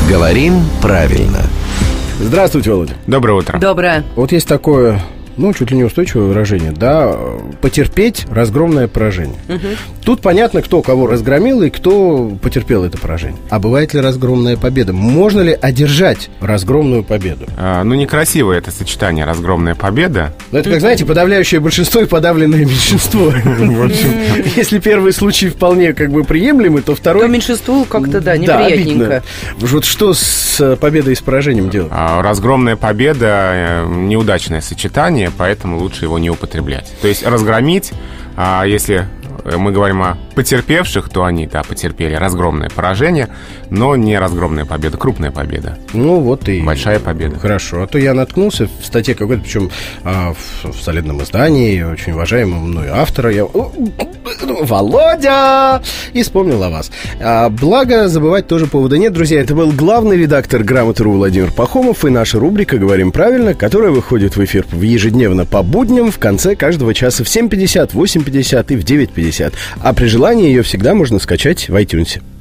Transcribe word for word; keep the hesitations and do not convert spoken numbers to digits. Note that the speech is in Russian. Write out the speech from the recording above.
Говорим правильно. Здравствуйте, Володя. Доброе утро. Доброе. Вот есть такое, ну, чуть ли не устойчивое выражение, да, потерпеть разгромное поражение. Угу. Тут понятно, кто кого разгромил и кто потерпел это поражение. А бывает ли разгромная победа? Можно ли одержать разгромную победу? А, ну, некрасивое это сочетание «разгромная победа». Ну, это как, знаете, подавляющее большинство и подавленное меньшинство. Если первый случай вполне как бы приемлемый, то второй... То меньшинству как-то, да, неприятненько. Вот что с победой и с поражением делать? А, разгромная победа – неудачное сочетание, поэтому лучше его не употреблять. То есть разгромить, а если мы говорим о потерпевших, то они, да, потерпели разгромное поражение, но не разгромная победа, крупная победа. Ну, вот и... Большая победа. Хорошо. А то я наткнулся в статье какой-то, причем а, в, в солидном издании, очень уважаемого мною автора. Я... Володя! И вспомнил о вас. А, благо, забывать тоже повода нет. Друзья, это был главный редактор «Грамоты.ру» Владимир Пахомов и наша рубрика «Говорим правильно», которая выходит в эфир ежедневно по будням в конце каждого часа в семь пятьдесят, восемь пятьдесят и в девять пятьдесят. А при желании ее всегда можно скачать в iTunes.